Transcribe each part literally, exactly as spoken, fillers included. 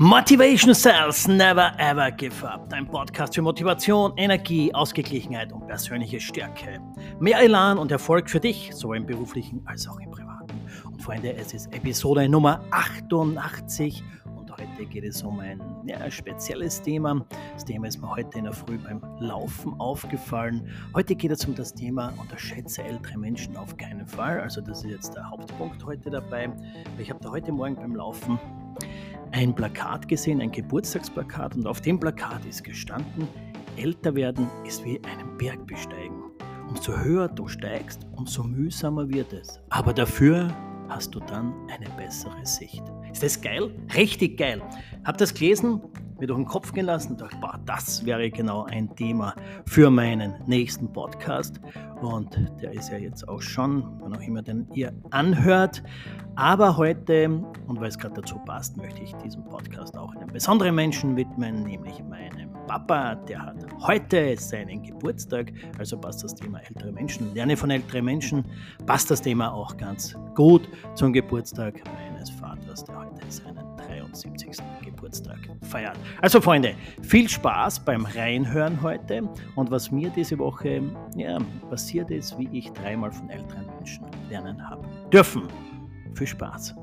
Motivation Cells Never Ever Give Up. Dein Podcast für Motivation, Energie, Ausgeglichenheit und persönliche Stärke. Mehr Elan und Erfolg für dich, sowohl im beruflichen als auch im privaten. Und Freunde, es ist Episode Nummer achtundachtzig und heute geht es um ein ja, spezielles Thema. Das Thema ist mir heute in der Früh beim Laufen aufgefallen. Heute geht es um das Thema unterschätze ältere Menschen auf keinen Fall. Also das ist jetzt der Hauptpunkt heute dabei. Ich habe da heute Morgen beim Laufen ein Plakat gesehen, ein Geburtstagsplakat, und auf dem Plakat ist gestanden: Älter werden ist wie einen Berg besteigen. Umso höher du steigst, umso mühsamer wird es. Aber dafür hast du dann eine bessere Sicht. Ist das geil? Richtig geil. Hab das gelesen, mir durch den Kopf gehen lassen und dachte, boah, das wäre genau ein Thema für meinen nächsten Podcast. Und der ist ja jetzt auch schon, wann auch immer den ihr anhört. Aber heute, und weil es gerade dazu passt, möchte ich diesen Podcast auch einem besonderen Menschen widmen, nämlich meinem Papa. Der hat heute seinen Geburtstag, also passt das Thema ältere Menschen, lerne von älteren Menschen, passt das Thema auch ganz gut zum Geburtstag meines Vaters, der heute seinen dreiundsiebzigsten Geburtstag feiert. Also Freunde, viel Spaß beim Reinhören heute, und was mir diese Woche ja, passiert ist, wie ich dreimal von älteren Menschen lernen habe dürfen. Viel Spaß!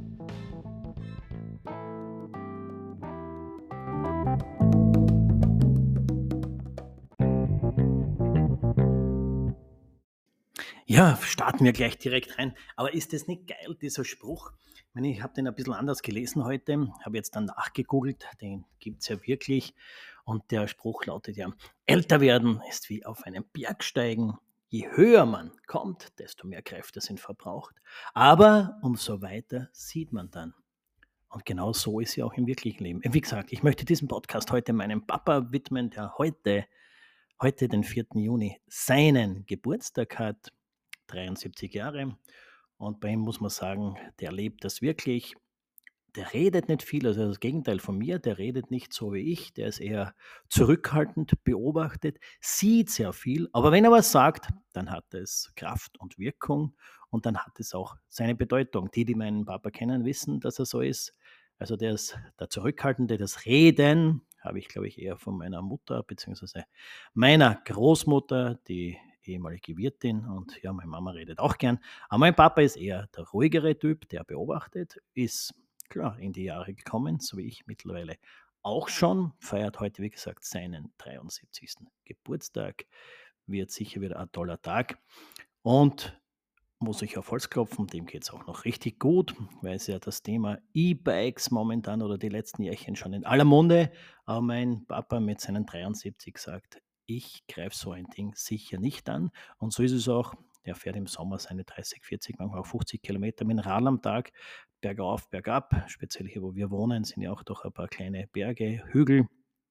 Ja, starten wir gleich direkt rein. Aber ist das nicht geil, dieser Spruch? Ich meine, ich habe den ein bisschen anders gelesen heute, habe jetzt dann nachgegoogelt, den gibt es ja wirklich. Und der Spruch lautet ja: Älter werden ist wie auf einen Berg steigen. Je höher man kommt, desto mehr Kräfte sind verbraucht. Aber umso weiter sieht man dann. Und genau so ist ja auch im wirklichen Leben. Wie gesagt, ich möchte diesen Podcast heute meinem Papa widmen, der heute, heute den vierten Juni, seinen Geburtstag hat. dreiundsiebzig Jahre. Und bei ihm muss man sagen, der lebt das wirklich. Der redet nicht viel, also das Gegenteil von mir, der redet nicht so wie ich, der ist eher zurückhaltend, beobachtet, sieht sehr viel, aber wenn er was sagt, dann hat es Kraft und Wirkung und dann hat es auch seine Bedeutung. Die, die meinen Papa kennen, wissen, dass er so ist. Also der ist der Zurückhaltende, das Reden habe ich, glaube ich, eher von meiner Mutter bzw. meiner Großmutter, die ehemalige Wirtin, und ja, meine Mama redet auch gern. Aber mein Papa ist eher der ruhigere Typ, der beobachtet, ist klar in die Jahre gekommen, so wie ich mittlerweile auch schon, feiert heute, wie gesagt, seinen dreiundsiebzigsten Geburtstag, wird sicher wieder ein toller Tag und muss ich auf Holz klopfen, dem geht es auch noch richtig gut, weil es ja das Thema E-Bikes momentan oder die letzten Jährchen schon in aller Munde, aber mein Papa mit seinen dreiundsiebzig sagt, ich greife so ein Ding sicher nicht an, und so ist es auch. Der fährt im Sommer seine dreißig, vierzig, manchmal auch fünfzig Kilometer mit dem Rad am Tag, bergauf, bergab. Speziell hier, wo wir wohnen, sind ja auch doch ein paar kleine Berge, Hügel.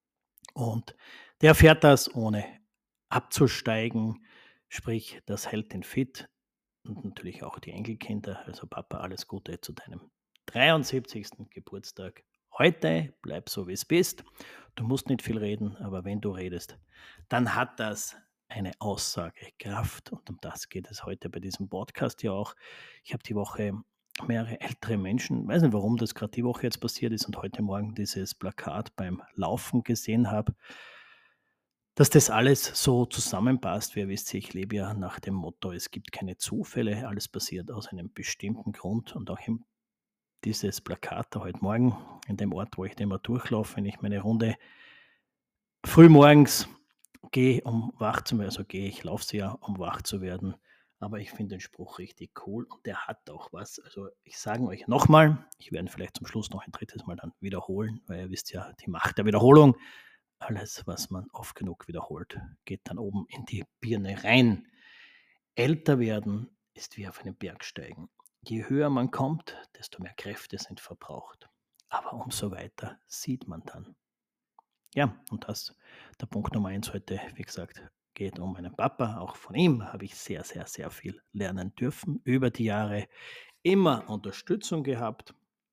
Und der fährt das ohne abzusteigen, sprich, das hält ihn fit. Und natürlich auch die Enkelkinder. Also Papa, alles Gute zu deinem dreiundsiebzigsten Geburtstag. Heute bleib so, wie es bist. Du musst nicht viel reden, aber wenn du redest, dann hat das eine Aussagekraft. Und um das geht es heute bei diesem Podcast ja auch. Ich habe die Woche mehrere ältere Menschen, weiß nicht, warum das gerade die Woche jetzt passiert ist, und heute Morgen dieses Plakat beim Laufen gesehen habe, dass das alles so zusammenpasst. Wie ihr wisst, ich lebe ja nach dem Motto, es gibt keine Zufälle, alles passiert aus einem bestimmten Grund. Und auch im, dieses Plakat da heute Morgen, in dem Ort, wo ich immer durchlaufe, wenn ich meine Runde frühmorgens gehe, um wach zu werden, also gehe ich, laufe sie ja, um wach zu werden. Aber ich finde den Spruch richtig cool und der hat auch was. Also ich sage euch nochmal, ich werde ihn vielleicht zum Schluss noch ein drittes Mal dann wiederholen, weil ihr wisst ja, die Macht der Wiederholung. Alles, was man oft genug wiederholt, geht dann oben in die Birne rein. Älter werden ist wie auf einen Berg steigen. Je höher man kommt, desto mehr Kräfte sind verbraucht. Aber umso weiter sieht man dann. Ja, und das, der Punkt Nummer eins heute, wie gesagt, geht um meinen Papa. Auch von ihm habe ich sehr, sehr, sehr viel lernen dürfen. Über die Jahre immer Unterstützung gehabt.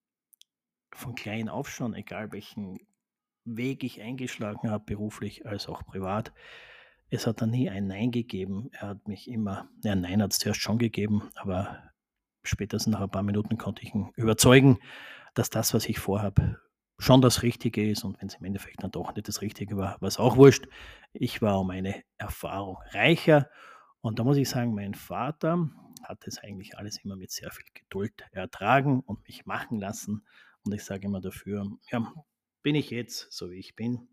Von klein auf schon, egal welchen Weg ich eingeschlagen habe, beruflich als auch privat. Es hat da nie ein Nein gegeben. Er hat mich immer, ja, Nein hat es zuerst schon gegeben, aber spätestens nach ein paar Minuten konnte ich ihn überzeugen, dass das, was ich vorhabe, schon das Richtige ist und wenn es im Endeffekt dann doch nicht das Richtige war, war es auch wurscht. Ich war um eine Erfahrung reicher und da muss ich sagen, mein Vater hat das eigentlich alles immer mit sehr viel Geduld ertragen und mich machen lassen und ich sage immer dafür, ja, bin ich jetzt so, wie ich bin.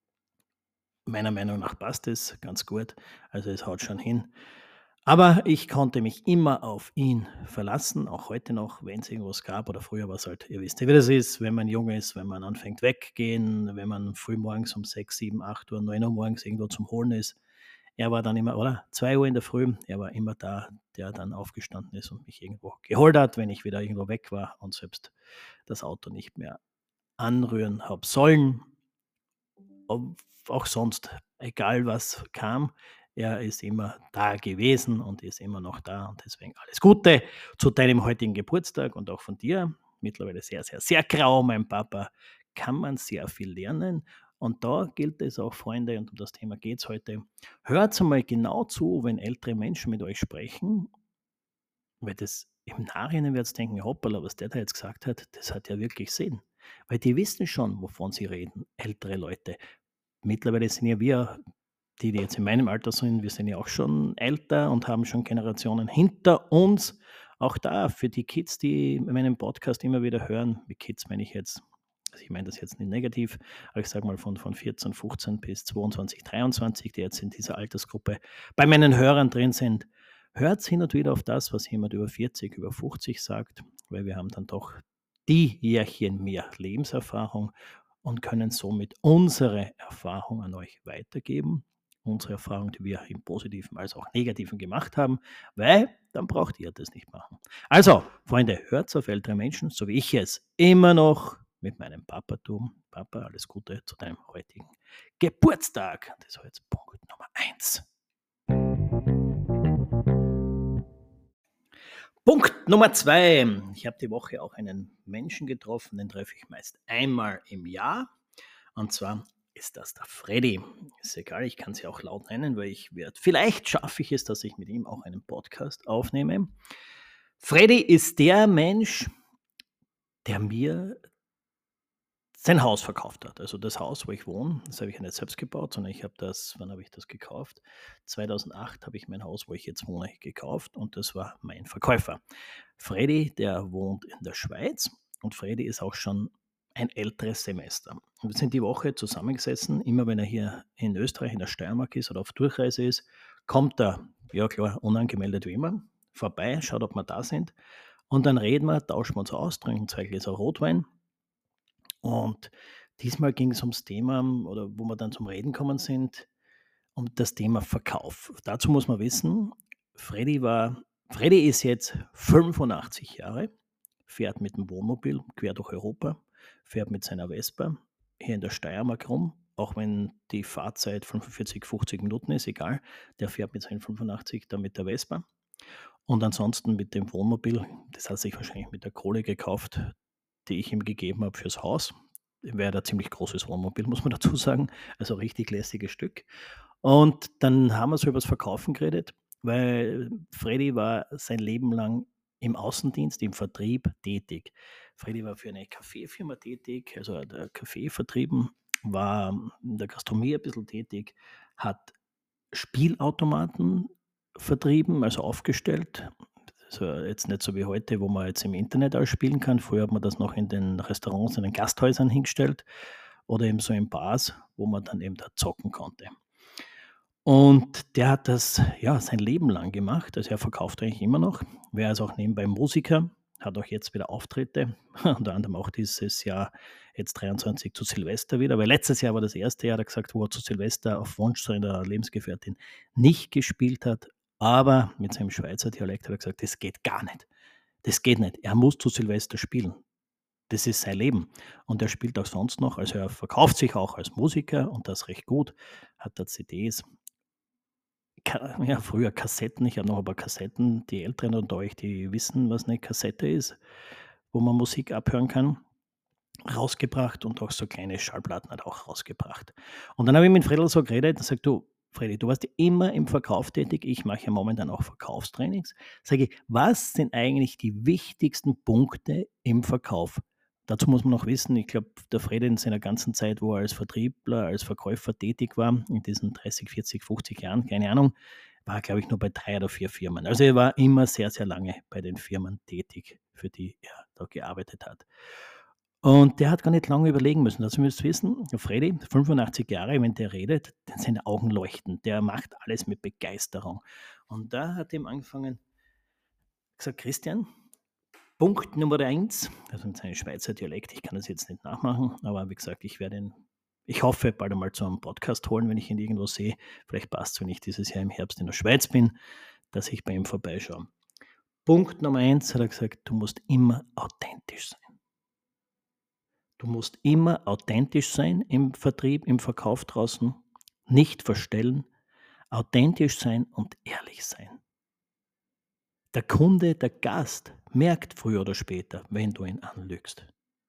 Meiner Meinung nach passt es ganz gut, also es haut schon hin. Aber ich konnte mich immer auf ihn verlassen, auch heute noch, wenn es irgendwas gab oder früher war es halt, ihr wisst ja, wie das ist, wenn man jung ist, wenn man anfängt weggehen, wenn man früh morgens um sechs, sieben, acht Uhr, neun Uhr morgens irgendwo zum Holen ist. Er war dann immer, oder? Zwei Uhr in der Früh, er war immer da, der dann aufgestanden ist und mich irgendwo geholt hat, wenn ich wieder irgendwo weg war und selbst das Auto nicht mehr anrühren habe sollen. Ob auch sonst, egal was kam, er ist immer da gewesen und ist immer noch da und deswegen alles Gute zu deinem heutigen Geburtstag und auch von dir. Mittlerweile sehr, sehr, sehr grau, mein Papa. Kann man sehr viel lernen. Und da gilt es auch, Freunde, und um das Thema geht es heute. Hört einmal genau zu, wenn ältere Menschen mit euch sprechen, weil das im Nachhinein wird's denken: „Hoppala, was der da jetzt gesagt hat, das hat ja wirklich Sinn.“ Weil die wissen schon, wovon sie reden, ältere Leute. Mittlerweile sind ja wir, die, die jetzt in meinem Alter sind, wir sind ja auch schon älter und haben schon Generationen hinter uns. Auch da für die Kids, die meinen Podcast immer wieder hören, mit Kids meine ich jetzt, also ich meine das jetzt nicht negativ, aber ich sage mal von, von vierzehn, fünfzehn bis zweiundzwanzig, dreiundzwanzig, die jetzt in dieser Altersgruppe bei meinen Hörern drin sind, hört hin und wieder auf das, was jemand über vierzig, über fünfzig sagt, weil wir haben dann doch die Jährchen mehr Lebenserfahrung und können somit unsere Erfahrung an euch weitergeben. Unsere Erfahrung, die wir im Positiven als auch Negativen gemacht haben, weil dann braucht ihr das nicht machen. Also, Freunde, hört auf ältere Menschen, so wie ich es immer noch mit meinem Papatum. Papa, alles Gute zu deinem heutigen Geburtstag. Das war jetzt Punkt Nummer eins. Punkt Nummer zwei. Ich habe die Woche auch einen Menschen getroffen, den treffe ich meist einmal im Jahr. Und zwar ist das der Freddy. Ist egal, ich kann sie auch laut nennen, weil ich werde, vielleicht schaffe ich es, dass ich mit ihm auch einen Podcast aufnehme. Freddy ist der Mensch, der mir sein Haus verkauft hat. Also das Haus, wo ich wohne, das habe ich ja nicht selbst gebaut, sondern ich habe das, wann habe ich das gekauft? zweitausendacht habe ich mein Haus, wo ich jetzt wohne, gekauft und das war mein Verkäufer. Freddy, der wohnt in der Schweiz und Freddy ist auch schon ein älteres Semester. Und wir sind die Woche zusammengesessen, immer wenn er hier in Österreich, in der Steiermark ist oder auf Durchreise ist, kommt er, ja klar, unangemeldet wie immer, vorbei, schaut, ob wir da sind und dann reden wir, tauschen wir uns aus, trinken zwei Gläser Rotwein und diesmal ging es ums Thema oder wo wir dann zum Reden gekommen sind, um das Thema Verkauf. Dazu muss man wissen, Freddy war Freddy ist jetzt fünfundachtzig Jahre, fährt mit dem Wohnmobil quer durch Europa, fährt mit seiner Vespa hier in der Steiermark rum, auch wenn die Fahrzeit fünfundvierzig, fünfzig Minuten ist, egal. Der fährt mit seinen fünfundachtzig da mit der Vespa und ansonsten mit dem Wohnmobil, das hat er sich wahrscheinlich mit der Kohle gekauft, die ich ihm gegeben habe fürs Haus. Wäre ein ziemlich großes Wohnmobil, muss man dazu sagen. Also richtig lässiges Stück. Und dann haben wir so übers Verkaufen geredet, weil Freddy war sein Leben lang im Außendienst, im Vertrieb tätig. Freddy war für eine Kaffeefirma tätig, also hat äh, Kaffee vertrieben, war in der Gastronomie ein bisschen tätig, hat Spielautomaten vertrieben, also aufgestellt. Also jetzt nicht so wie heute, wo man jetzt im Internet alles spielen kann. Früher hat man das noch in den Restaurants, in den Gasthäusern hingestellt oder eben so in Bars, wo man dann eben da zocken konnte. Und der hat das, ja, sein Leben lang gemacht. Also, er verkauft eigentlich immer noch. Wäre also auch nebenbei Musiker, hat auch jetzt wieder Auftritte, unter anderem auch dieses Jahr, jetzt dreiundzwanzig zu Silvester wieder, weil letztes Jahr war das erste Jahr, hat er gesagt, wo er zu Silvester auf Wunsch seiner Lebensgefährtin nicht gespielt hat, aber mit seinem Schweizer Dialekt hat er gesagt: „Das geht gar nicht. Das geht nicht. Er muss zu Silvester spielen. Das ist sein Leben.“ Und er spielt auch sonst noch, also, er verkauft sich auch als Musiker und das recht gut, hat da C Ds. Ka ja, früher Kassetten. Ich habe noch ein paar Kassetten. Die Älteren unter euch, die wissen, was 'ne Kassette ist, wo man Musik abhören kann, rausgebracht und auch so kleine Schallplatten hat er auch rausgebracht. Und dann habe ich mit Fredl so geredet und sage: „Du, Freddy, du warst ja immer im Verkauf tätig. Ich mache ja momentan auch Verkaufstrainings.“ Sage ich: „Was sind eigentlich die wichtigsten Punkte im Verkauf?“ dazu muss man noch wissen, ich glaube, der Fredi in seiner ganzen Zeit, wo er als Vertriebler, als Verkäufer tätig war, in diesen dreißig, vierzig, fünfzig Jahren, keine Ahnung, war er, glaube ich, nur bei drei oder vier Firmen. Also er war immer sehr, sehr lange bei den Firmen tätig, für die er da gearbeitet hat. Und der hat gar nicht lange überlegen müssen. Also, ihr müsst wissen, der Fredi, fünfundachtzig Jahre, wenn der redet, dann seine Augen leuchten. Der macht alles mit Begeisterung. Und da hat ihm angefangen gesagt: „Christian, Punkt Nummer eins, also mit seinem Schweizer Dialekt, ich kann das jetzt nicht nachmachen, aber wie gesagt, ich werde ihn ich hoffe, bald einmal zu einem Podcast holen, wenn ich ihn irgendwo sehe. Vielleicht passt es, wenn ich dieses Jahr im Herbst in der Schweiz bin, dass ich bei ihm vorbeischaue. Punkt Nummer eins hat er gesagt: „Du musst immer authentisch sein. Du musst immer authentisch sein im Vertrieb, im Verkauf draußen, nicht verstellen, authentisch sein und ehrlich sein. Der Kunde, der Gast merkt früher oder später, wenn du ihn anlügst.“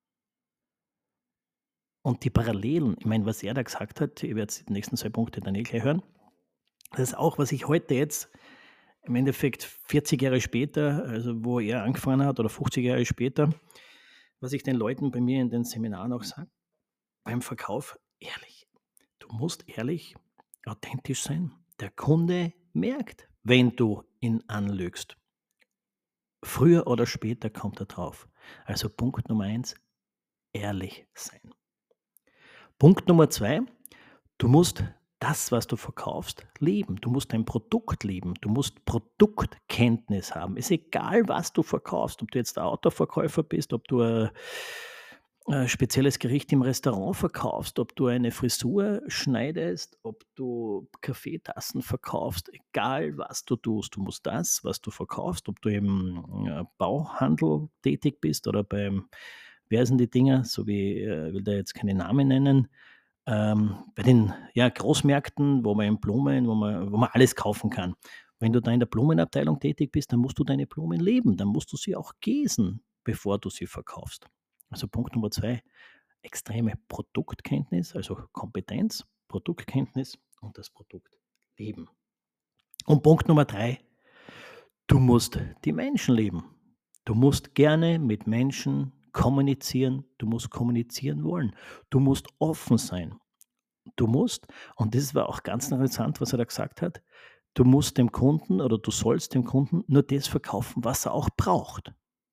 Und die Parallelen, ich meine, was er da gesagt hat, ihr werdet die nächsten zwei Punkte dann eh gleich hören, das ist auch, was ich heute jetzt im Endeffekt vierzig Jahre später, also wo er angefangen hat oder fünfzig Jahre später, was ich den Leuten bei mir in den Seminaren auch sage, beim Verkauf: ehrlich. Du musst ehrlich, authentisch sein. Der Kunde merkt, wenn du ihn anlügst. Früher oder später kommt er drauf. Also Punkt Nummer eins, ehrlich sein. Punkt Nummer zwei, du musst das, was du verkaufst, lieben. Du musst dein Produkt lieben. Du musst Produktkenntnis haben. Ist egal, was du verkaufst, ob du jetzt ein Autoverkäufer bist, ob du ein äh, spezielles Gericht im Restaurant verkaufst, ob du eine Frisur schneidest, ob du Kaffeetassen verkaufst, egal was du tust. Du musst das, was du verkaufst, ob du im äh, Bauhandel tätig bist oder beim, wer sind die Dinger, so wie, äh, will da jetzt keine Namen nennen, ähm, bei den ja, Großmärkten, wo man in Blumen, wo man, wo man alles kaufen kann. Wenn du da in der Blumenabteilung tätig bist, dann musst du deine Blumen leben, dann musst du sie auch gießen, bevor du sie verkaufst. Also Punkt Nummer zwei, extreme Produktkenntnis, also Kompetenz, Produktkenntnis und das Produkt leben. Und Punkt Nummer drei, du musst die Menschen lieben. Du musst gerne mit Menschen kommunizieren, du musst kommunizieren wollen, du musst offen sein. Du musst, und das war auch ganz interessant, was er da gesagt hat, du musst dem Kunden oder du sollst dem Kunden nur das verkaufen, was er auch braucht.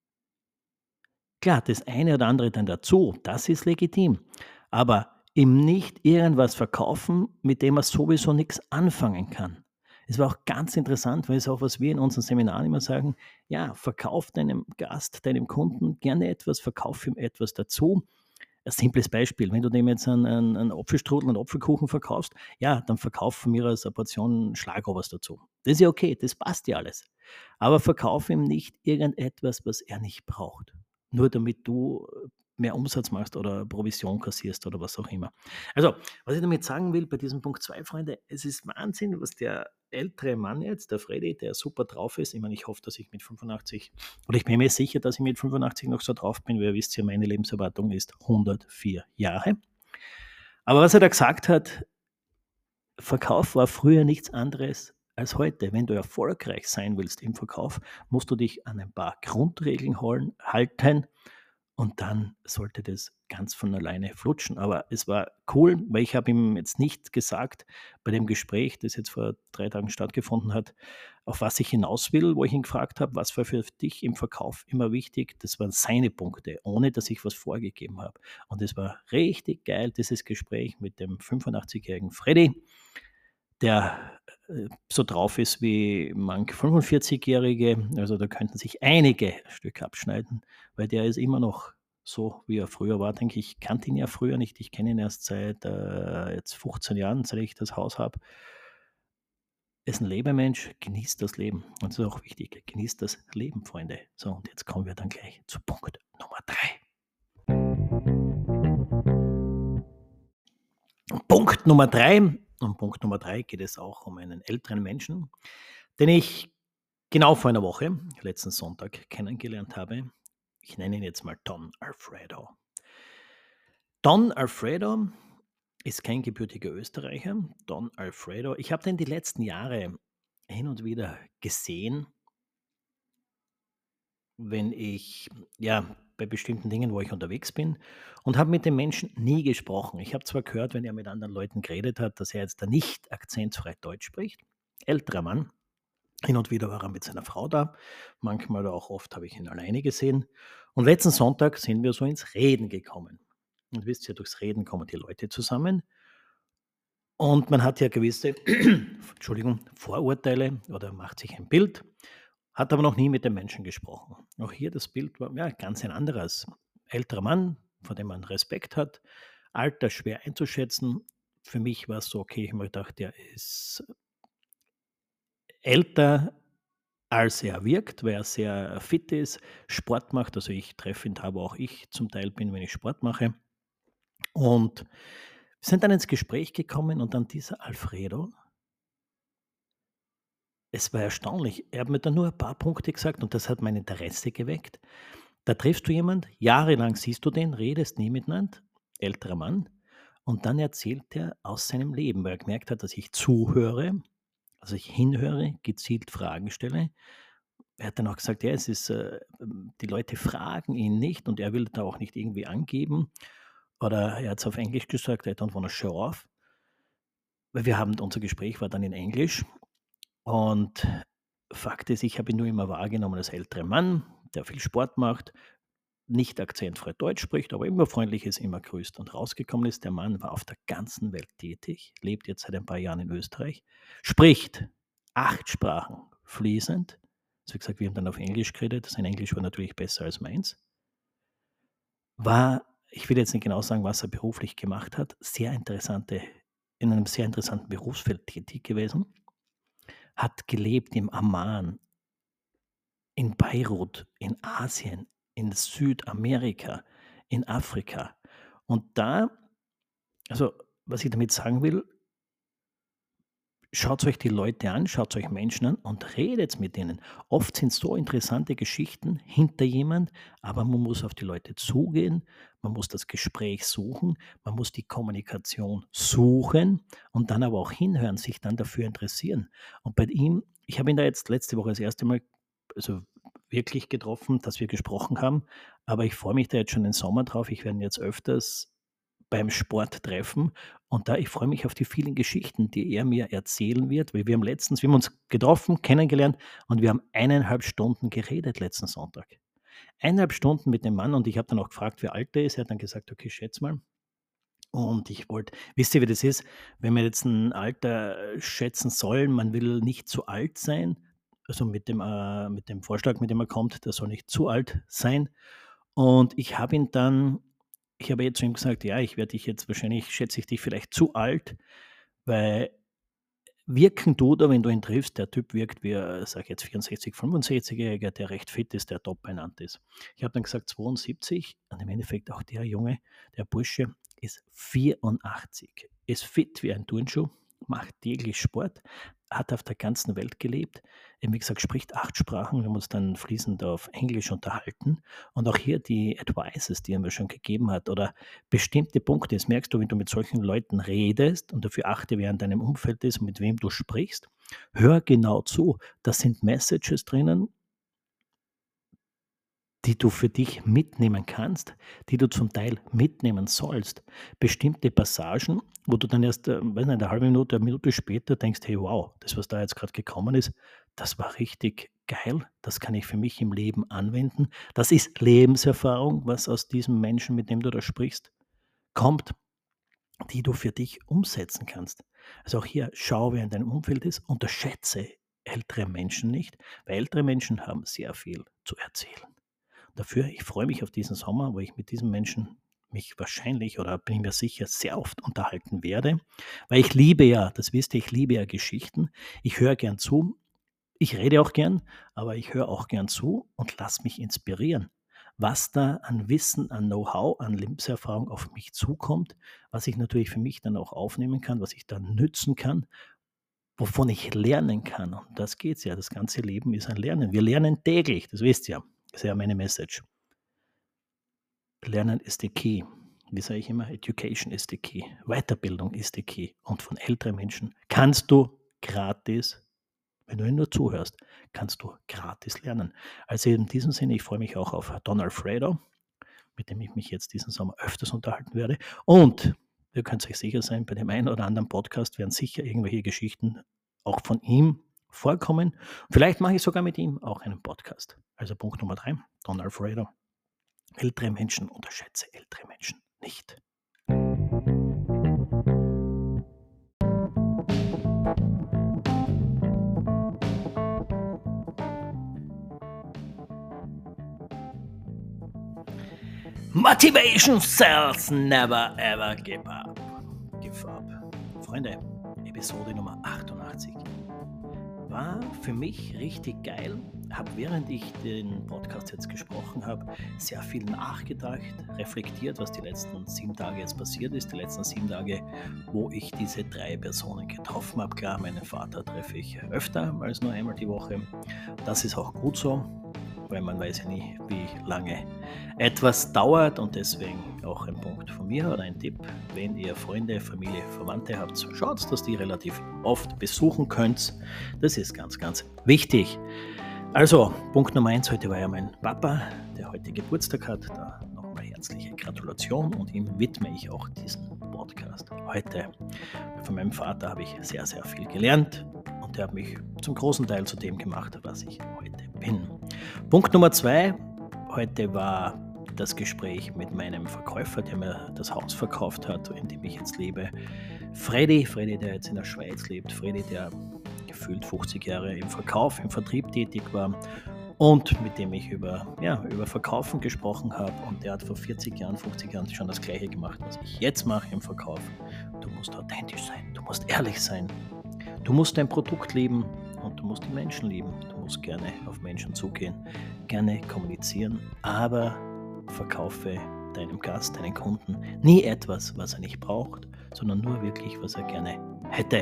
Klar, das eine oder andere dann dazu, das ist legitim. Aber ihm nicht irgendwas verkaufen, mit dem er sowieso nichts anfangen kann. Es war auch ganz interessant, weil es auch, was wir in unseren Seminaren immer sagen, ja, verkauf deinem Gast, deinem Kunden gerne etwas, verkauf ihm etwas dazu. Ein simples Beispiel, wenn du dem jetzt einen, einen, einen Apfelstrudel, einen Apfelkuchen verkaufst, ja, dann verkauf von mir aus eine Portion Schlagobers dazu. Das ist ja okay, das passt ja alles. Aber verkauf ihm nicht irgendetwas, was er nicht braucht. Nur damit du äh, mehr Umsatz machst oder Provision kassierst oder was auch immer. Also, was ich damit sagen will bei diesem Punkt zwei, Freunde, es ist Wahnsinn, was der ältere Mann jetzt, der Freddy, der super drauf ist. Ich meine, ich hoffe, dass ich mit fünfundachtzig, oder ich bin mir sicher, dass ich mit fünfundachtzig noch so drauf bin, weil ihr wisst ja, meine Lebenserwartung ist hundertvier Jahre. Aber was er da gesagt hat, Verkauf war früher nichts anderes als heute. Wenn du erfolgreich sein willst im Verkauf, musst du dich an ein paar Grundregeln holen, halten und dann sollte das ganz von alleine flutschen. Aber es war cool, weil ich habe ihm jetzt nicht gesagt bei dem Gespräch, das jetzt vor drei Tagen stattgefunden hat, auf was ich hinaus will, wo ich ihn gefragt habe, was war für dich im Verkauf immer wichtig. Das waren seine Punkte, ohne dass ich was vorgegeben habe. Und es war richtig geil, dieses Gespräch mit dem fünfundachtzig-jährigen Freddy, der äh, so drauf ist wie manch fünfundvierzig-Jährige. Also da könnten sich einige Stücke abschneiden, weil der ist immer noch so, wie er früher war. Denke ich, kannte ihn ja früher nicht. Ich kenne ihn erst seit äh, jetzt fünfzehn Jahren, seit ich das Haus habe. Ist ein Lebemensch, genießt das Leben. Und das ist auch wichtig. Genießt das Leben, Freunde. So, und jetzt kommen wir dann gleich zu Punkt Nummer drei. Punkt Nummer drei. Und Punkt Nummer drei geht es auch um einen älteren Menschen, den ich genau vor einer Woche, letzten Sonntag, kennengelernt habe. Ich nenne ihn jetzt mal Don Alfredo. Don Alfredo ist kein gebürtiger Österreicher. Don Alfredo, ich habe den die letzten Jahre hin und wieder gesehen, wenn ich ja bei bestimmten Dingen, wo ich unterwegs bin und habe mit den Menschen nie gesprochen. Ich habe zwar gehört, wenn er mit anderen Leuten geredet hat, dass er jetzt da nicht akzentfrei Deutsch spricht. Älterer Mann. Hin und wieder war er mit seiner Frau da, manchmal auch oft habe ich ihn alleine gesehen. Und letzten Sonntag sind wir so ins Reden gekommen. Und wisst ihr, durchs Reden kommen die Leute zusammen und man hat ja gewisse, Entschuldigung, Vorurteile oder macht sich ein Bild, hat aber noch nie mit den Menschen gesprochen. Auch hier das Bild war ja ganz ein anderes. Älterer Mann, vor dem man Respekt hat, Alter schwer einzuschätzen. Für mich war es so, okay, ich habe mir gedacht, der ist älter, als er wirkt, weil er sehr fit ist, Sport macht. Also ich treffe ihn da, wo auch ich zum Teil bin, wenn ich Sport mache. Und wir sind dann ins Gespräch gekommen und dann dieser Alfredo, es war erstaunlich. Er hat mir dann nur ein paar Punkte gesagt und das hat mein Interesse geweckt. Da triffst du jemand, jahrelang siehst du den, redest nie miteinander, älterer Mann, und dann erzählt er aus seinem Leben, weil er gemerkt hat, dass ich zuhöre, also ich hinhöre, gezielt Fragen stelle. Er hat dann auch gesagt, ja, es ist, äh, ähm, die Leute fragen ihn nicht und er will da auch nicht irgendwie angeben. Oder er hat es auf Englisch gesagt, I don't wanna show off. Weil wir haben unser Gespräch war dann in Englisch und Fakt ist, ich habe ihn nur immer wahrgenommen als älteren Mann, der viel Sport macht, nicht akzentfrei Deutsch spricht, aber immer freundlich ist, immer grüßt. Und rausgekommen ist, der Mann war auf der ganzen Welt tätig, lebt jetzt seit ein paar Jahren in Österreich, spricht acht Sprachen fließend. Also wie gesagt, wir haben dann auf Englisch geredet. Sein Englisch war natürlich besser als meins. War, ich will jetzt nicht genau sagen, was er beruflich gemacht hat, sehr interessante, in einem sehr interessanten Berufsfeld tätig gewesen, hat gelebt im Amman, in Beirut, in Asien, in Südamerika, in Afrika. Und da, also was ich damit sagen will, schaut euch die Leute an, schaut euch Menschen an und redet mit denen. Oft sind so interessante Geschichten hinter jemand, aber man muss auf die Leute zugehen, man muss das Gespräch suchen, man muss die Kommunikation suchen und dann aber auch hinhören, sich dann dafür interessieren. Und bei ihm, ich habe ihn da jetzt letzte Woche das erste Mal, also wirklich getroffen, dass wir gesprochen haben, aber ich freue mich da jetzt schon den Sommer drauf. Ich werde ihn jetzt öfters beim Sport treffen und da ich freue mich auf die vielen Geschichten, die er mir erzählen wird, weil wir haben letztens wir haben uns getroffen, kennengelernt und wir haben eineinhalb Stunden geredet letzten Sonntag. Eineinhalb Stunden mit dem Mann und ich habe dann auch gefragt, wie alt er ist. Er hat dann gesagt: „Okay, schätze mal.“ Und ich wollte, wisst ihr, wie das ist, wenn man jetzt ein Alter äh, schätzen soll, man will nicht zu alt sein, also mit dem, äh mit dem Vorschlag, mit dem er kommt, der soll nicht zu alt sein. Und ich habe ihn dann ich habe jetzt zu ihm gesagt: „Ja, ich werde dich jetzt wahrscheinlich schätze ich dich vielleicht zu alt, weil wirken tut er, wenn du ihn triffst, der Typ wirkt wie, äh, sage ich jetzt vierundsechzig, fünfundsechzig-Jähriger, der recht fit ist, der top benannt ist.“ Ich habe dann gesagt zweiundsiebzig und im Endeffekt auch der Junge, der Bursche ist vierundachtzig, ist fit wie ein Turnschuh, macht täglich Sport, hat auf der ganzen Welt gelebt. Eben wie gesagt, spricht acht Sprachen. Wir haben uns dann fließend auf Englisch unterhalten. Und auch hier die Advices, die er mir schon gegeben hat oder bestimmte Punkte. Das merkst du, wenn du mit solchen Leuten redest und dafür achte, wer in deinem Umfeld ist und mit wem du sprichst. Hör genau zu. Da sind Messages drinnen, die du für dich mitnehmen kannst, die du zum Teil mitnehmen sollst. Bestimmte Passagen, wo du dann erst, äh, weiß nicht, eine halbe Minute, eine Minute später denkst: „Hey, wow, das, was da jetzt gerade gekommen ist, das war richtig geil. Das kann ich für mich im Leben anwenden.“ Das ist Lebenserfahrung, was aus diesem Menschen, mit dem du da sprichst, kommt, die du für dich umsetzen kannst. Also auch hier, schau, wer in deinem Umfeld ist, unterschätze ältere Menschen nicht, weil ältere Menschen haben sehr viel zu erzählen. Dafür, ich freue mich auf diesen Sommer, wo ich mit diesen Menschen mich wahrscheinlich oder bin ich mir sicher sehr oft unterhalten werde, weil ich liebe ja, das wisst ihr, ich liebe ja Geschichten. Ich höre gern zu, ich rede auch gern, aber ich höre auch gern zu und lasse mich inspirieren. Was da an Wissen, an Know-how, an Lebenserfahrung auf mich zukommt, was ich natürlich für mich dann auch aufnehmen kann, was ich dann nützen kann, wovon ich lernen kann. Und das geht's ja. Das ganze Leben ist ein Lernen. Wir lernen täglich, das wisst ihr. Das ist ja meine Message. Lernen ist the key. Wie sage ich immer? Education is the key. Weiterbildung ist the key. Und von älteren Menschen kannst du gratis, wenn du ihnen nur zuhörst, kannst du gratis lernen. Also in diesem Sinne, ich freue mich auch auf Don Alfredo. mit dem ich mich jetzt diesen Sommer öfters unterhalten werde. Und ihr könnt euch sicher sein, bei dem einen oder anderen Podcast werden sicher irgendwelche Geschichten auch von ihm vorkommen. Vielleicht mache ich sogar mit ihm auch einen Podcast. Also Punkt Nummer drei, Don Alfredo. Ältere Menschen, unterschätze ältere Menschen nicht. Motivation sells, never ever give up. Give up. Freunde, Episode Nummer achtundachtzig. War für mich richtig geil. Habe, während ich den Podcast jetzt gesprochen habe, sehr viel nachgedacht, reflektiert, was die letzten sieben Tage jetzt passiert ist. Die letzten sieben Tage, wo ich diese drei Personen getroffen habe. Klar, meinen Vater treffe ich öfter als nur einmal die Woche. Das ist auch gut so, weil man weiß ja nie, wie lange etwas dauert, und deswegen auch ein Punkt von mir oder ein Tipp: Wenn ihr Freunde, Familie, Verwandte habt, schaut, dass die relativ oft besuchen könnt. Das ist ganz, ganz wichtig. Also, Punkt Nummer eins, heute war ja mein Papa, der heute Geburtstag hat. Da nochmal herzliche Gratulation, und ihm widme ich auch diesen Podcast heute. Von meinem Vater habe ich sehr, sehr viel gelernt, und der hat mich zum großen Teil zu dem gemacht, was ich heute bin. Punkt Nummer zwei, heute war das Gespräch mit meinem Verkäufer, der mir das Haus verkauft hat, in dem ich jetzt lebe. Freddy, Freddy, der jetzt in der Schweiz lebt. Freddy, der gefühlt fünfzig Jahre im Verkauf, im Vertrieb tätig war und mit dem ich über, ja, über Verkaufen gesprochen habe. Und der hat vor vierzig Jahren, fünfzig Jahren schon das Gleiche gemacht, was ich jetzt mache im Verkauf. Du musst authentisch sein, du musst ehrlich sein, du musst dein Produkt lieben und du musst die Menschen lieben. Du musst gerne auf Menschen zugehen, gerne kommunizieren, aber verkaufe deinem Gast, deinen Kunden nie etwas, was er nicht braucht, sondern nur wirklich, was er gerne hätte.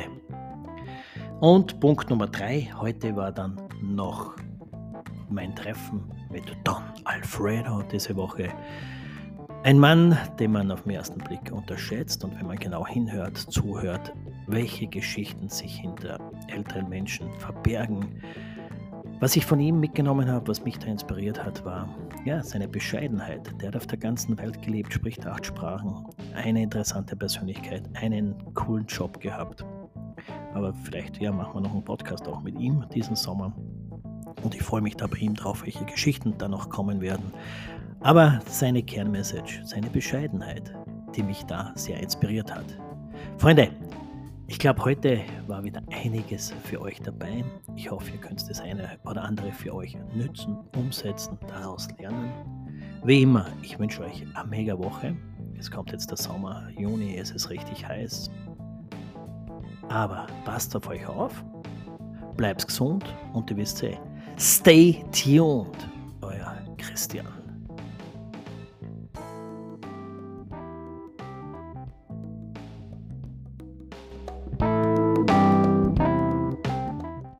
Und Punkt Nummer drei, heute war dann noch mein Treffen mit Don Alfredo diese Woche. Ein Mann, den man auf den ersten Blick unterschätzt, und wenn man genau hinhört, zuhört, welche Geschichten sich hinter älteren Menschen verbergen. Was ich von ihm mitgenommen habe, was mich da inspiriert hat, war ja seine Bescheidenheit. Der hat auf der ganzen Welt gelebt, spricht acht Sprachen, eine interessante Persönlichkeit, einen coolen Job gehabt. Aber vielleicht ja, machen wir noch einen Podcast auch mit ihm diesen Sommer. Und ich freue mich da bei ihm drauf, welche Geschichten da noch kommen werden. Aber seine Kernmessage, seine Bescheidenheit, die mich da sehr inspiriert hat. Freunde, ich glaube, heute war wieder einiges für euch dabei. Ich hoffe, ihr könnt das eine oder andere für euch nützen, umsetzen, daraus lernen. Wie immer, ich wünsche euch eine mega Woche. Es kommt jetzt der Sommer, Juni, es ist richtig heiß. Aber passt auf euch auf, bleibt gesund, und ihr wisst eh, stay tuned, euer Christian.